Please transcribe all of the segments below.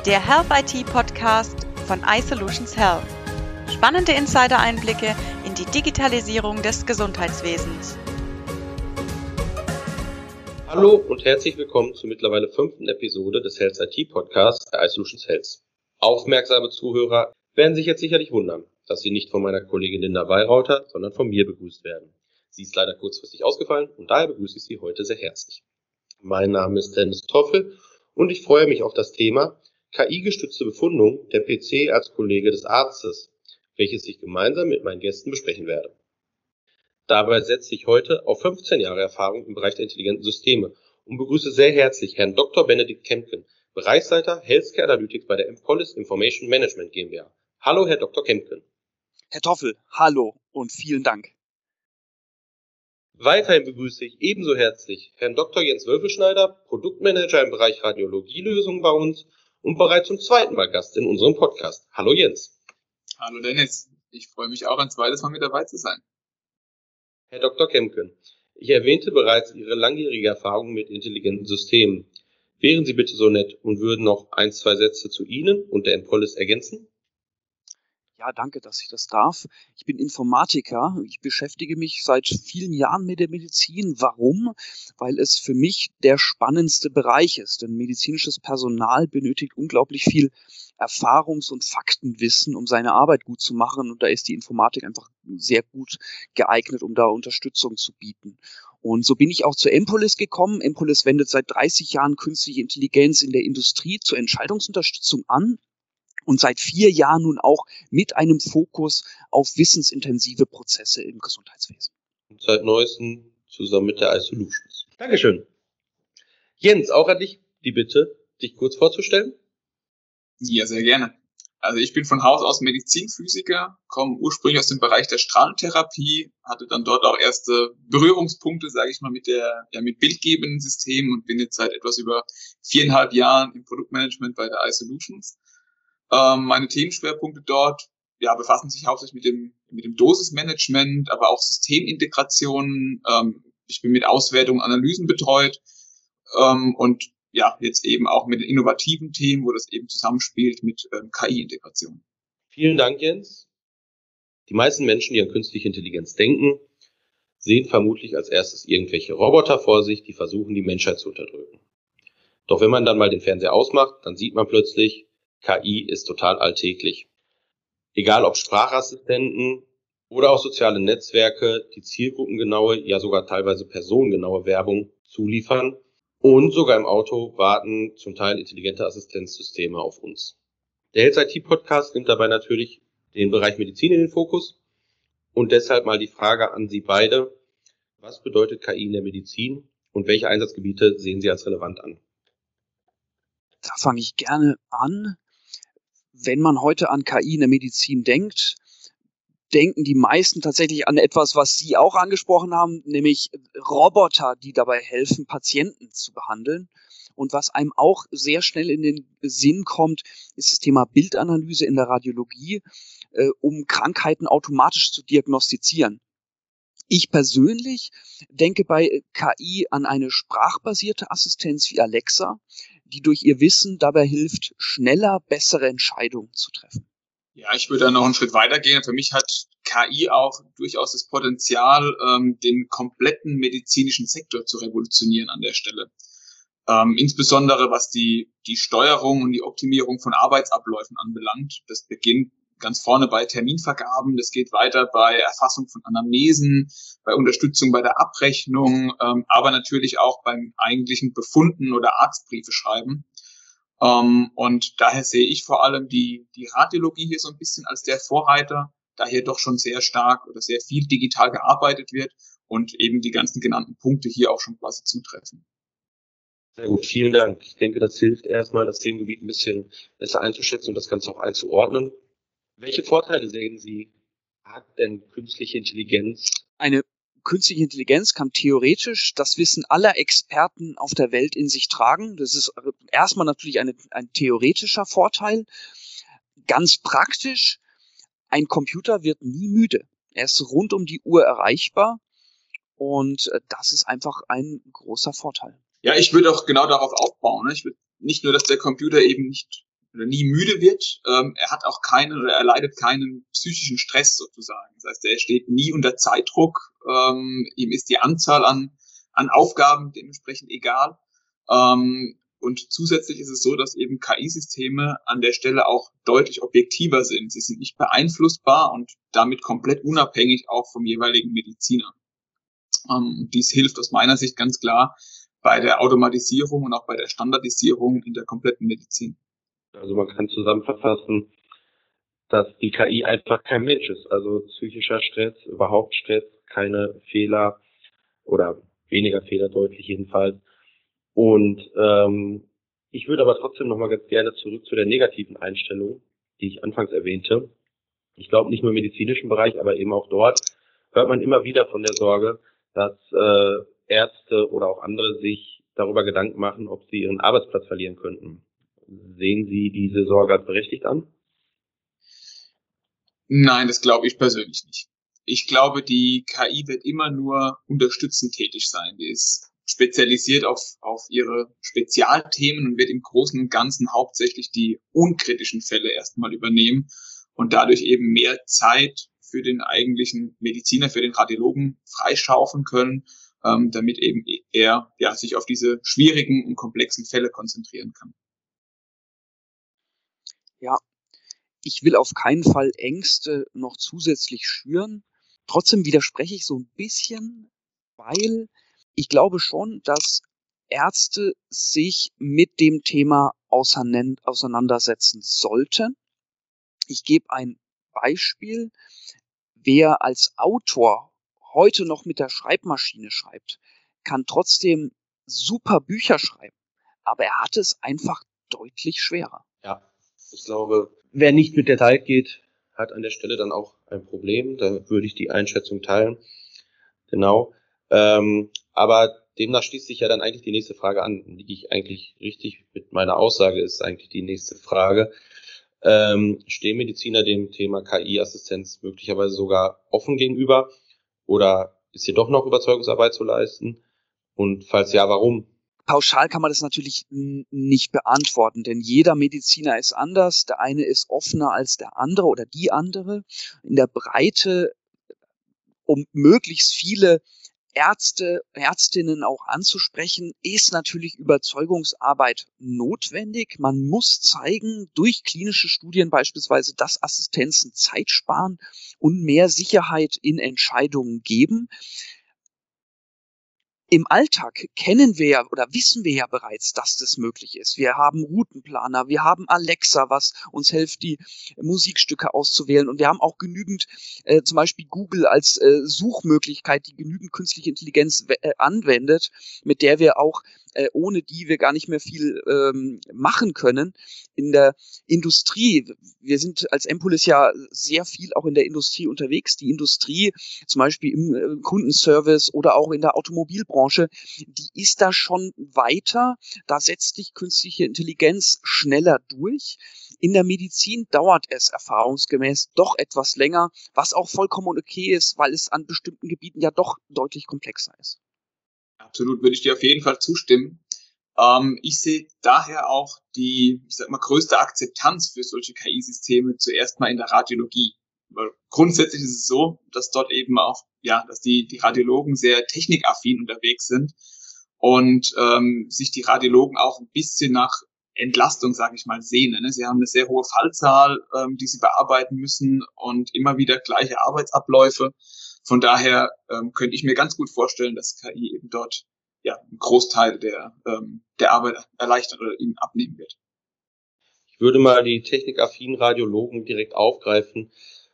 der Health IT Podcast von iSolutions Health. Spannende Insider-Einblicke in die Digitalisierung des Gesundheitswesens. Hallo und herzlich willkommen zur mittlerweile 5. Episode des Health IT Podcasts der iSolutions Health. Aufmerksame Zuhörer werden sich jetzt sicherlich wundern, dass sie nicht von meiner Kollegin Linda Weyrauter, sondern von mir begrüßt werden. Sie ist leider kurzfristig ausgefallen und daher begrüße ich Sie heute sehr herzlich. Mein Name ist Dennis Toffel und ich freue mich auf das Thema KI-gestützte Befundung der PC als Kollege des Arztes, welches ich gemeinsam mit meinen Gästen besprechen werde. Dabei setze ich heute auf 15 Jahre Erfahrung im Bereich der intelligenten Systeme und begrüße sehr herzlich Herrn Dr. Benedikt Kempken, Bereichsleiter Healthcare Analytics bei der Empolis Information Management GmbH. Hallo, Herr Dr. Kempken. Herr Toffel, hallo und vielen Dank. Weiterhin begrüße ich ebenso herzlich Herrn Dr. Jens Wölfelschneider, Produktmanager im Bereich Radiologielösungen bei uns und bereits zum zweiten Mal Gast in unserem Podcast. Hallo Jens. Hallo Dennis, ich freue mich auch ein zweites Mal mit dabei zu sein. Herr Dr. Kempken, ich erwähnte bereits Ihre langjährige Erfahrung mit intelligenten Systemen. Wären Sie bitte so nett und würden noch 1-2 Sätze zu Ihnen und der Empolis ergänzen? Ja, danke, dass ich das darf. Ich bin Informatiker. Ich beschäftige mich seit vielen Jahren mit der Medizin. Warum? Weil es für mich der spannendste Bereich ist. Denn medizinisches Personal benötigt unglaublich viel Erfahrungs- und Faktenwissen, um seine Arbeit gut zu machen. Und da ist die Informatik einfach sehr gut geeignet, um da Unterstützung zu bieten. Und so bin ich auch zur Empolis gekommen. Empolis wendet seit 30 Jahren künstliche Intelligenz in der Industrie zur Entscheidungsunterstützung an. Und seit 4 Jahren nun auch mit einem Fokus auf wissensintensive Prozesse im Gesundheitswesen. Und seit neuestem zusammen mit der iSolutions. Dankeschön. Jens, auch an dich die Bitte, dich kurz vorzustellen. Ja, sehr gerne. Also ich bin von Haus aus Medizinphysiker, komme ursprünglich aus dem Bereich der Strahlentherapie, hatte dann dort auch erste Berührungspunkte, sage ich mal, mit bildgebenden Systemen und bin jetzt seit etwas über 4,5 Jahren im Produktmanagement bei der iSolutions. Meine Themenschwerpunkte dort befassen sich hauptsächlich mit dem Dosismanagement, aber auch Systemintegrationen. Ich bin mit Auswertung, Analysen betreut und jetzt eben auch mit innovativen Themen, wo das eben zusammenspielt mit KI-Integration. Vielen Dank, Jens. Die meisten Menschen, die an künstliche Intelligenz denken, sehen vermutlich als erstes irgendwelche Roboter vor sich, die versuchen, die Menschheit zu unterdrücken. Doch wenn man dann mal den Fernseher ausmacht, dann sieht man plötzlich, KI ist total alltäglich. Egal ob Sprachassistenten oder auch soziale Netzwerke, die zielgruppengenaue, ja sogar teilweise personengenaue Werbung zuliefern und sogar im Auto warten zum Teil intelligente Assistenzsysteme auf uns. Der Health IT Podcast nimmt dabei natürlich den Bereich Medizin in den Fokus und deshalb mal die Frage an Sie beide: Was bedeutet KI in der Medizin und welche Einsatzgebiete sehen Sie als relevant an? Da fange ich gerne an. Wenn man heute an KI in der Medizin denkt, denken die meisten tatsächlich an etwas, was Sie auch angesprochen haben, nämlich Roboter, die dabei helfen, Patienten zu behandeln. Und was einem auch sehr schnell in den Sinn kommt, ist das Thema Bildanalyse in der Radiologie, um Krankheiten automatisch zu diagnostizieren. Ich persönlich denke bei KI an eine sprachbasierte Assistenz wie Alexa, die durch ihr Wissen dabei hilft, schneller bessere Entscheidungen zu treffen. Ja, ich würde da noch einen Schritt weiter gehen. Für mich hat KI auch durchaus das Potenzial, den kompletten medizinischen Sektor zu revolutionieren an der Stelle. Insbesondere was die Steuerung und die Optimierung von Arbeitsabläufen anbelangt. Das beginnt ganz vorne bei Terminvergaben, das geht weiter bei Erfassung von Anamnesen, bei Unterstützung bei der Abrechnung, aber natürlich auch beim eigentlichen Befunden oder Arztbriefe schreiben. Und daher sehe ich vor allem die Radiologie hier so ein bisschen als der Vorreiter, da hier doch schon sehr stark oder sehr viel digital gearbeitet wird und eben die ganzen genannten Punkte hier auch schon quasi zutreffen. Sehr gut, vielen Dank. Ich denke, das hilft erstmal, das Themengebiet ein bisschen besser einzuschätzen und das Ganze auch einzuordnen. Welche Vorteile sehen Sie, hat denn künstliche Intelligenz? Eine künstliche Intelligenz kann theoretisch das Wissen aller Experten auf der Welt in sich tragen. Das ist erstmal natürlich ein theoretischer Vorteil. Ganz praktisch, ein Computer wird nie müde. Er ist rund um die Uhr erreichbar und das ist einfach ein großer Vorteil. Ja, ich würde auch genau darauf aufbauen. Ich würde nicht nur, dass der Computer eben nicht nie müde wird. Er hat auch er leidet keinen psychischen Stress sozusagen. Das heißt, er steht nie unter Zeitdruck. Ihm ist die Anzahl an Aufgaben dementsprechend egal. Und zusätzlich ist es so, dass eben KI-Systeme an der Stelle auch deutlich objektiver sind. Sie sind nicht beeinflussbar und damit komplett unabhängig auch vom jeweiligen Mediziner. Dies hilft aus meiner Sicht ganz klar bei der Automatisierung und auch bei der Standardisierung in der kompletten Medizin. Also man kann zusammenfassen, dass die KI einfach kein Mensch ist. Also psychischer Stress, überhaupt Stress, keine Fehler oder weniger Fehler deutlich jedenfalls. Und ich würde aber trotzdem nochmal ganz gerne zurück zu der negativen Einstellung, die ich anfangs erwähnte. Ich glaube, nicht nur im medizinischen Bereich, aber eben auch dort hört man immer wieder von der Sorge, dass Ärzte oder auch andere sich darüber Gedanken machen, ob sie ihren Arbeitsplatz verlieren könnten. Sehen Sie diese Sorge als berechtigt an? Nein, das glaube ich persönlich nicht. Ich glaube, die KI wird immer nur unterstützend tätig sein. Die ist spezialisiert auf ihre Spezialthemen und wird im Großen und Ganzen hauptsächlich die unkritischen Fälle erstmal übernehmen und dadurch eben mehr Zeit für den eigentlichen Mediziner, für den Radiologen freischaufeln können, damit eben er sich auf diese schwierigen und komplexen Fälle konzentrieren kann. Ja, ich will auf keinen Fall Ängste noch zusätzlich schüren. Trotzdem widerspreche ich so ein bisschen, weil ich glaube schon, dass Ärzte sich mit dem Thema auseinandersetzen sollten. Ich gebe ein Beispiel. Wer als Autor heute noch mit der Schreibmaschine schreibt, kann trotzdem super Bücher schreiben. Aber er hat es einfach deutlich schwerer. Ja, ich glaube, wer nicht mit der Zeit geht, hat an der Stelle dann auch ein Problem. Da würde ich die Einschätzung teilen. Genau. Aber demnach schließt sich ja dann eigentlich die nächste Frage an. Liege ich eigentlich richtig mit meiner Aussage, ist eigentlich die nächste Frage. Stehen Mediziner dem Thema KI-Assistenz möglicherweise sogar offen gegenüber? Oder ist hier doch noch Überzeugungsarbeit zu leisten? Und falls ja, warum? Pauschal kann man das natürlich nicht beantworten, denn jeder Mediziner ist anders. Der eine ist offener als der andere oder die andere. In der Breite, um möglichst viele Ärztinnen auch anzusprechen, ist natürlich Überzeugungsarbeit notwendig. Man muss zeigen, durch klinische Studien beispielsweise, dass Assistenzen Zeit sparen und mehr Sicherheit in Entscheidungen geben. Im Alltag kennen wir ja oder wissen wir ja bereits, dass das möglich ist. Wir haben Routenplaner, wir haben Alexa, was uns hilft, die Musikstücke auszuwählen. Und wir haben auch genügend, zum Beispiel Google als Suchmöglichkeit, die genügend künstliche Intelligenz anwendet, mit der wir auch, ohne die wir gar nicht mehr viel machen können. In der Industrie, wir sind als Empolis ja sehr viel auch in der Industrie unterwegs. Die Industrie, zum Beispiel im Kundenservice oder auch in der Automobilbranche, die ist da schon weiter. Da setzt sich künstliche Intelligenz schneller durch. In der Medizin dauert es erfahrungsgemäß doch etwas länger, was auch vollkommen okay ist, weil es an bestimmten Gebieten ja doch deutlich komplexer ist. Absolut, würde ich dir auf jeden Fall zustimmen. Ich sehe daher auch die, größte Akzeptanz für solche KI-Systeme zuerst mal in der Radiologie. Weil grundsätzlich ist es so, dass dort eben auch, dass die Radiologen sehr technikaffin unterwegs sind und sich die Radiologen auch ein bisschen nach Entlastung, sage ich mal, sehnen. Ne? Sie haben eine sehr hohe Fallzahl, die sie bearbeiten müssen und immer wieder gleiche Arbeitsabläufe. Von daher könnte ich mir ganz gut vorstellen, dass KI eben dort einen Großteil der Arbeit erleichtern oder ihnen abnehmen wird. Ich würde mal die technikaffinen Radiologen direkt aufgreifen.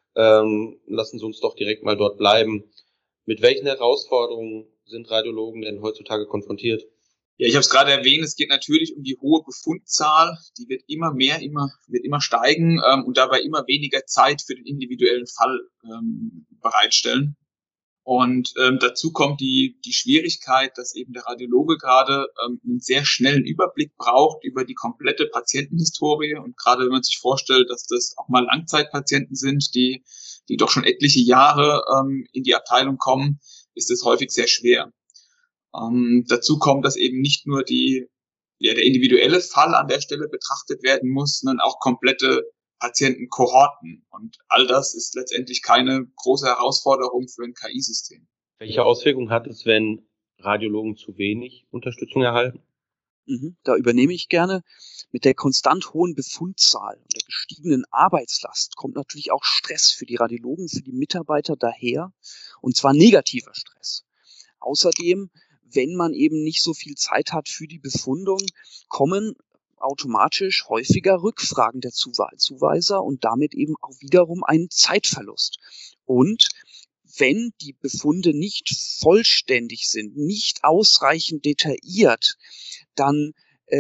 Lassen Sie uns doch direkt mal dort bleiben. Mit welchen Herausforderungen sind Radiologen denn heutzutage konfrontiert? Ja, ich habe es gerade erwähnt, es geht natürlich um die hohe Befundzahl, die wird immer steigen und dabei immer weniger Zeit für den individuellen Fall bereitstellen. Und dazu kommt die Schwierigkeit, dass eben der Radiologe gerade einen sehr schnellen Überblick braucht über die komplette Patientenhistorie. Und gerade wenn man sich vorstellt, dass das auch mal Langzeitpatienten sind, die doch schon etliche Jahre in die Abteilung kommen, ist es häufig sehr schwer. Dazu kommt, dass eben nicht nur die der individuelle Fall an der Stelle betrachtet werden muss, sondern auch komplette Patientenkohorten. Und all das ist letztendlich keine große Herausforderung für ein KI-System. Welche Auswirkungen hat es, wenn Radiologen zu wenig Unterstützung erhalten? Da übernehme ich gerne. Mit der konstant hohen Befundzahl und der gestiegenen Arbeitslast kommt natürlich auch Stress für die Radiologen, für die Mitarbeiter daher, und zwar negativer Stress. Außerdem, wenn man eben nicht so viel Zeit hat für die Befundung, kommen automatisch häufiger Rückfragen der Zuweiser und damit eben auch wiederum ein Zeitverlust. Und wenn die Befunde nicht vollständig sind, nicht ausreichend detailliert, dann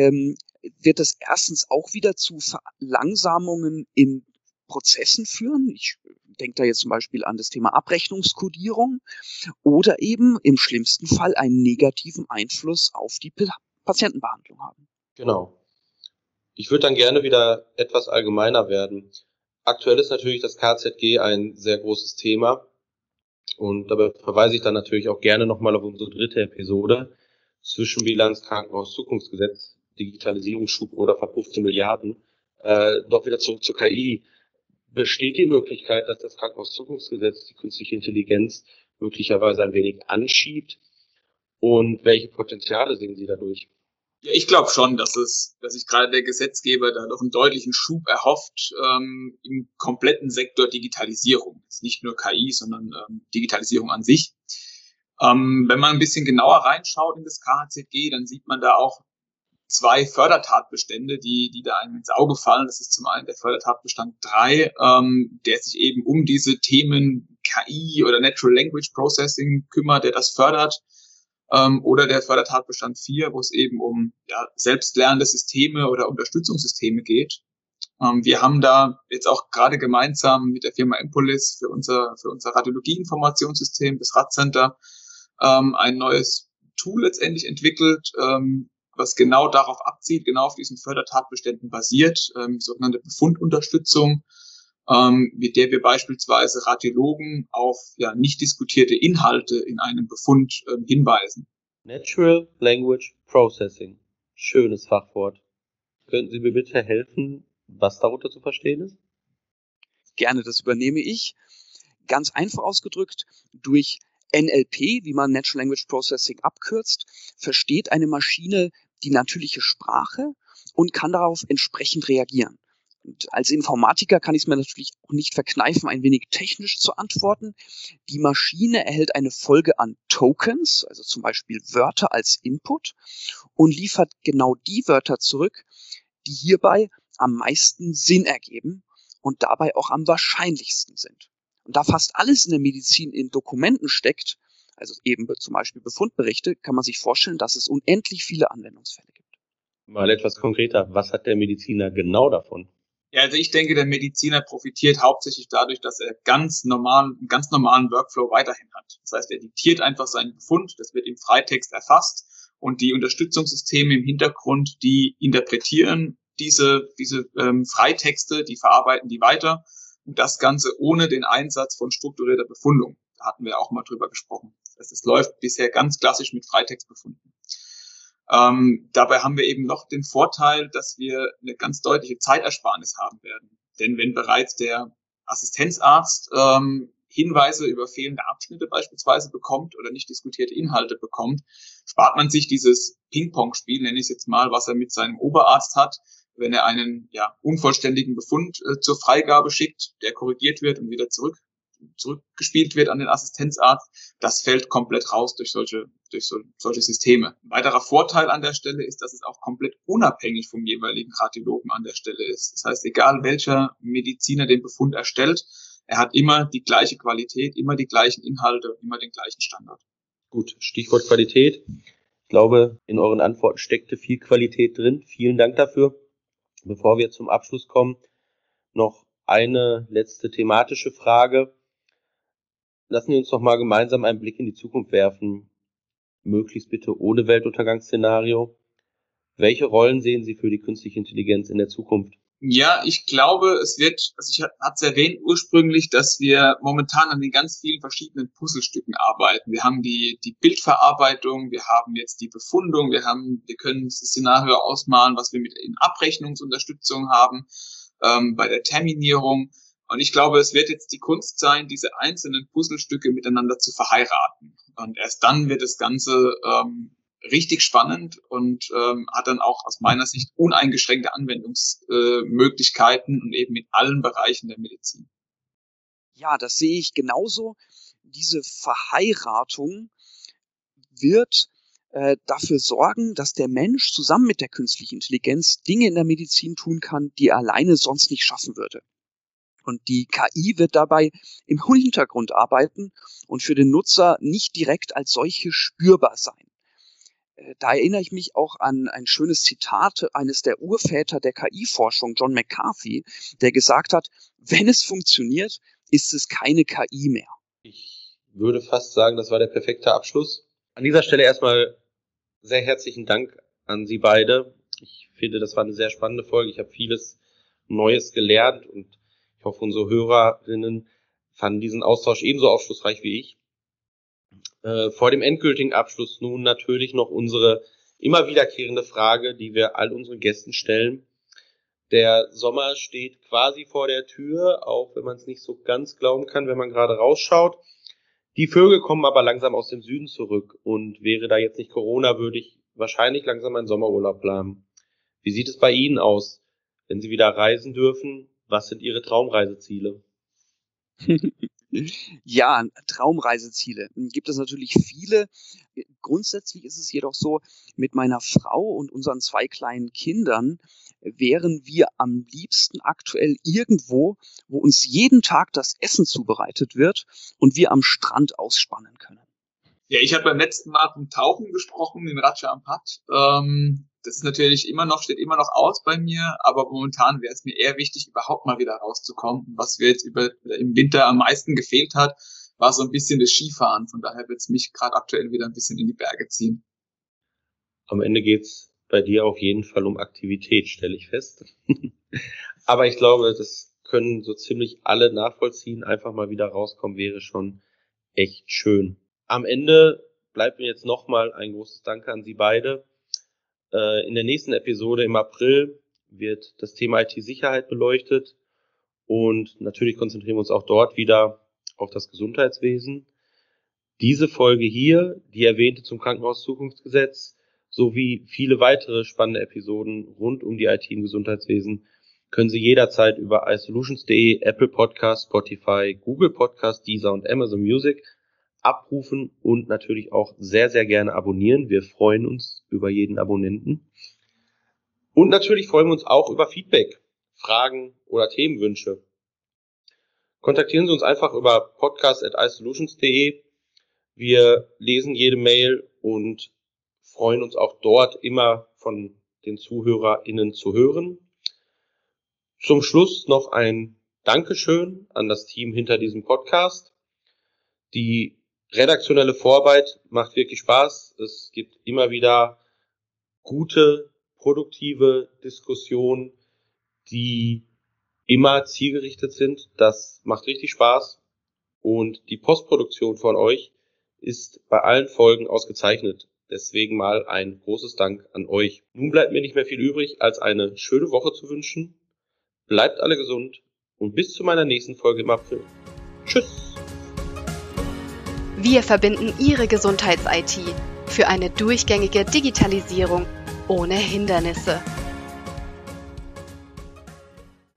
wird es erstens auch wieder zu Verlangsamungen in Prozessen führen. Ich denke da jetzt zum Beispiel an das Thema Abrechnungskodierung oder eben im schlimmsten Fall einen negativen Einfluss auf die Patientenbehandlung haben. Genau. Ich würde dann gerne wieder etwas allgemeiner werden. Aktuell ist natürlich das KZG ein sehr großes Thema und dabei verweise ich dann natürlich auch gerne nochmal auf unsere dritte Episode, Zwischenbilanz Krankenhauszukunftsgesetz, Digitalisierungsschub oder verpuffte Milliarden. Doch wieder zurück zur KI. Besteht die Möglichkeit, dass das Krankenhauszukunftsgesetz die künstliche Intelligenz möglicherweise ein wenig anschiebt? Und welche Potenziale sehen Sie dadurch? Ja, ich glaube schon, dass sich gerade der Gesetzgeber da doch einen deutlichen Schub erhofft im kompletten Sektor Digitalisierung. Jetzt nicht nur KI, sondern Digitalisierung an sich. Wenn man ein bisschen genauer reinschaut in das KHZG, dann sieht man da auch zwei Fördertatbestände, die da einem ins Auge fallen. Das ist zum einen der Fördertatbestand 3, der sich eben um diese Themen KI oder Natural Language Processing kümmert, der das fördert. Oder der Fördertatbestand 4, wo es eben um selbstlernende Systeme oder Unterstützungssysteme geht. Wir haben da jetzt auch gerade gemeinsam mit der Firma Empolis für unser Radiologie-Informationssystem, das RadCenter, ein neues Tool letztendlich entwickelt, was genau darauf abzielt, genau auf diesen Fördertatbeständen basiert, sogenannte Befundunterstützung, mit der wir beispielsweise Radiologen auf nicht diskutierte Inhalte in einem Befund hinweisen. Natural Language Processing. Schönes Fachwort. Könnten Sie mir bitte helfen, was darunter zu verstehen ist? Gerne, das übernehme ich. Ganz einfach ausgedrückt, durch NLP, wie man Natural Language Processing abkürzt, versteht eine Maschine die natürliche Sprache und kann darauf entsprechend reagieren. Und als Informatiker kann ich es mir natürlich auch nicht verkneifen, ein wenig technisch zu antworten. Die Maschine erhält eine Folge an Tokens, also zum Beispiel Wörter als Input, und liefert genau die Wörter zurück, die hierbei am meisten Sinn ergeben und dabei auch am wahrscheinlichsten sind. Und da fast alles in der Medizin in Dokumenten steckt, also eben zum Beispiel Befundberichte, kann man sich vorstellen, dass es unendlich viele Anwendungsfälle gibt. Mal etwas konkreter, was hat der Mediziner genau davon? Ja, also ich denke, der Mediziner profitiert hauptsächlich dadurch, dass er einen ganz normalen Workflow weiterhin hat. Das heißt, er diktiert einfach seinen Befund, das wird im Freitext erfasst und die Unterstützungssysteme im Hintergrund, die interpretieren diese Freitexte, die verarbeiten die weiter und das Ganze ohne den Einsatz von strukturierter Befundung. Da hatten wir auch mal drüber gesprochen. Das läuft bisher ganz klassisch mit Freitextbefunden. Dabei haben wir eben noch den Vorteil, dass wir eine ganz deutliche Zeitersparnis haben werden. Denn wenn bereits der Assistenzarzt Hinweise über fehlende Abschnitte beispielsweise bekommt oder nicht diskutierte Inhalte bekommt, spart man sich dieses Ping-Pong-Spiel, nenne ich es jetzt mal, was er mit seinem Oberarzt hat, wenn er einen unvollständigen Befund zur Freigabe schickt, der korrigiert wird und wieder zurückgespielt wird an den Assistenzarzt, das fällt komplett raus durch solche Systeme. Ein weiterer Vorteil an der Stelle ist, dass es auch komplett unabhängig vom jeweiligen Radiologen an der Stelle ist. Das heißt, egal welcher Mediziner den Befund erstellt, er hat immer die gleiche Qualität, immer die gleichen Inhalte, immer den gleichen Standard. Gut, Stichwort Qualität. Ich glaube, in euren Antworten steckte viel Qualität drin. Vielen Dank dafür. Bevor wir zum Abschluss kommen, noch eine letzte thematische Frage. Lassen wir uns doch mal gemeinsam einen Blick in die Zukunft werfen. Möglichst bitte ohne Weltuntergangsszenario. Welche Rollen sehen Sie für die künstliche Intelligenz in der Zukunft? Ja, ich glaube, ich hatte es erwähnt ursprünglich, dass wir momentan an den ganz vielen verschiedenen Puzzlestücken arbeiten. Wir haben die Bildverarbeitung, wir haben jetzt die Befundung, wir können das Szenario ausmalen, was wir in Abrechnungsunterstützung haben, bei der Terminierung. Und ich glaube, es wird jetzt die Kunst sein, diese einzelnen Puzzlestücke miteinander zu verheiraten. Und erst dann wird das Ganze richtig spannend und hat dann auch aus meiner Sicht uneingeschränkte Anwendungsmöglichkeiten und eben in allen Bereichen der Medizin. Ja, das sehe ich genauso. Diese Verheiratung wird dafür sorgen, dass der Mensch zusammen mit der künstlichen Intelligenz Dinge in der Medizin tun kann, die er alleine sonst nicht schaffen würde. Und die KI wird dabei im Hintergrund arbeiten und für den Nutzer nicht direkt als solche spürbar sein. Da erinnere ich mich auch an ein schönes Zitat eines der Urväter der KI-Forschung, John McCarthy, der gesagt hat, wenn es funktioniert, ist es keine KI mehr. Ich würde fast sagen, das war der perfekte Abschluss. An dieser Stelle erstmal sehr herzlichen Dank an Sie beide. Ich finde, das war eine sehr spannende Folge. Ich habe vieles Neues gelernt und ich hoffe, unsere Hörerinnen fanden diesen Austausch ebenso aufschlussreich wie ich. Vor dem endgültigen Abschluss nun natürlich noch unsere immer wiederkehrende Frage, die wir all unseren Gästen stellen. Der Sommer steht quasi vor der Tür, auch wenn man es nicht so ganz glauben kann, wenn man gerade rausschaut. Die Vögel kommen aber langsam aus dem Süden zurück und wäre da jetzt nicht Corona, würde ich wahrscheinlich langsam einen Sommerurlaub planen. Wie sieht es bei Ihnen aus, wenn Sie wieder reisen dürfen? Was sind Ihre Traumreiseziele? Ja, Traumreiseziele gibt es natürlich viele. Grundsätzlich ist es jedoch so, mit meiner Frau und unseren 2 kleinen Kindern wären wir am liebsten aktuell irgendwo, wo uns jeden Tag das Essen zubereitet wird und wir am Strand ausspannen können. Ja, ich habe beim letzten Mal vom Tauchen gesprochen, in Raja Ampat. Das ist natürlich steht immer noch aus bei mir, aber momentan wäre es mir eher wichtig, überhaupt mal wieder rauszukommen. Was mir jetzt im Winter am meisten gefehlt hat, war so ein bisschen das Skifahren. Von daher wird es mich gerade aktuell wieder ein bisschen in die Berge ziehen. Am Ende geht's bei dir auf jeden Fall um Aktivität, stelle ich fest. Aber ich glaube, das können so ziemlich alle nachvollziehen. Einfach mal wieder rauskommen wäre schon echt schön. Am Ende bleibt mir jetzt nochmal ein großes Danke an Sie beide. In der nächsten Episode im April wird das Thema IT-Sicherheit beleuchtet und natürlich konzentrieren wir uns auch dort wieder auf das Gesundheitswesen. Diese Folge hier, die erwähnte zum Krankenhauszukunftsgesetz, sowie viele weitere spannende Episoden rund um die IT im Gesundheitswesen können Sie jederzeit über iSolutions.de, Apple Podcast, Spotify, Google Podcast, Deezer und Amazon Music abrufen und natürlich auch sehr, sehr gerne abonnieren. Wir freuen uns über jeden Abonnenten. Und natürlich freuen wir uns auch über Feedback, Fragen oder Themenwünsche. Kontaktieren Sie uns einfach über podcast@iSolutions.de. Wir lesen jede Mail und freuen uns auch dort immer von den ZuhörerInnen zu hören. Zum Schluss noch ein Dankeschön an das Team hinter diesem Podcast. Die redaktionelle Vorarbeit macht wirklich Spaß. Es gibt immer wieder gute, produktive Diskussionen, die immer zielgerichtet sind. Das macht richtig Spaß. Und die Postproduktion von euch ist bei allen Folgen ausgezeichnet. Deswegen mal ein großes Dank an euch. Nun bleibt mir nicht mehr viel übrig, als eine schöne Woche zu wünschen. Bleibt alle gesund und bis zu meiner nächsten Folge im April. Tschüss! Wir verbinden Ihre Gesundheits-IT für eine durchgängige Digitalisierung ohne Hindernisse.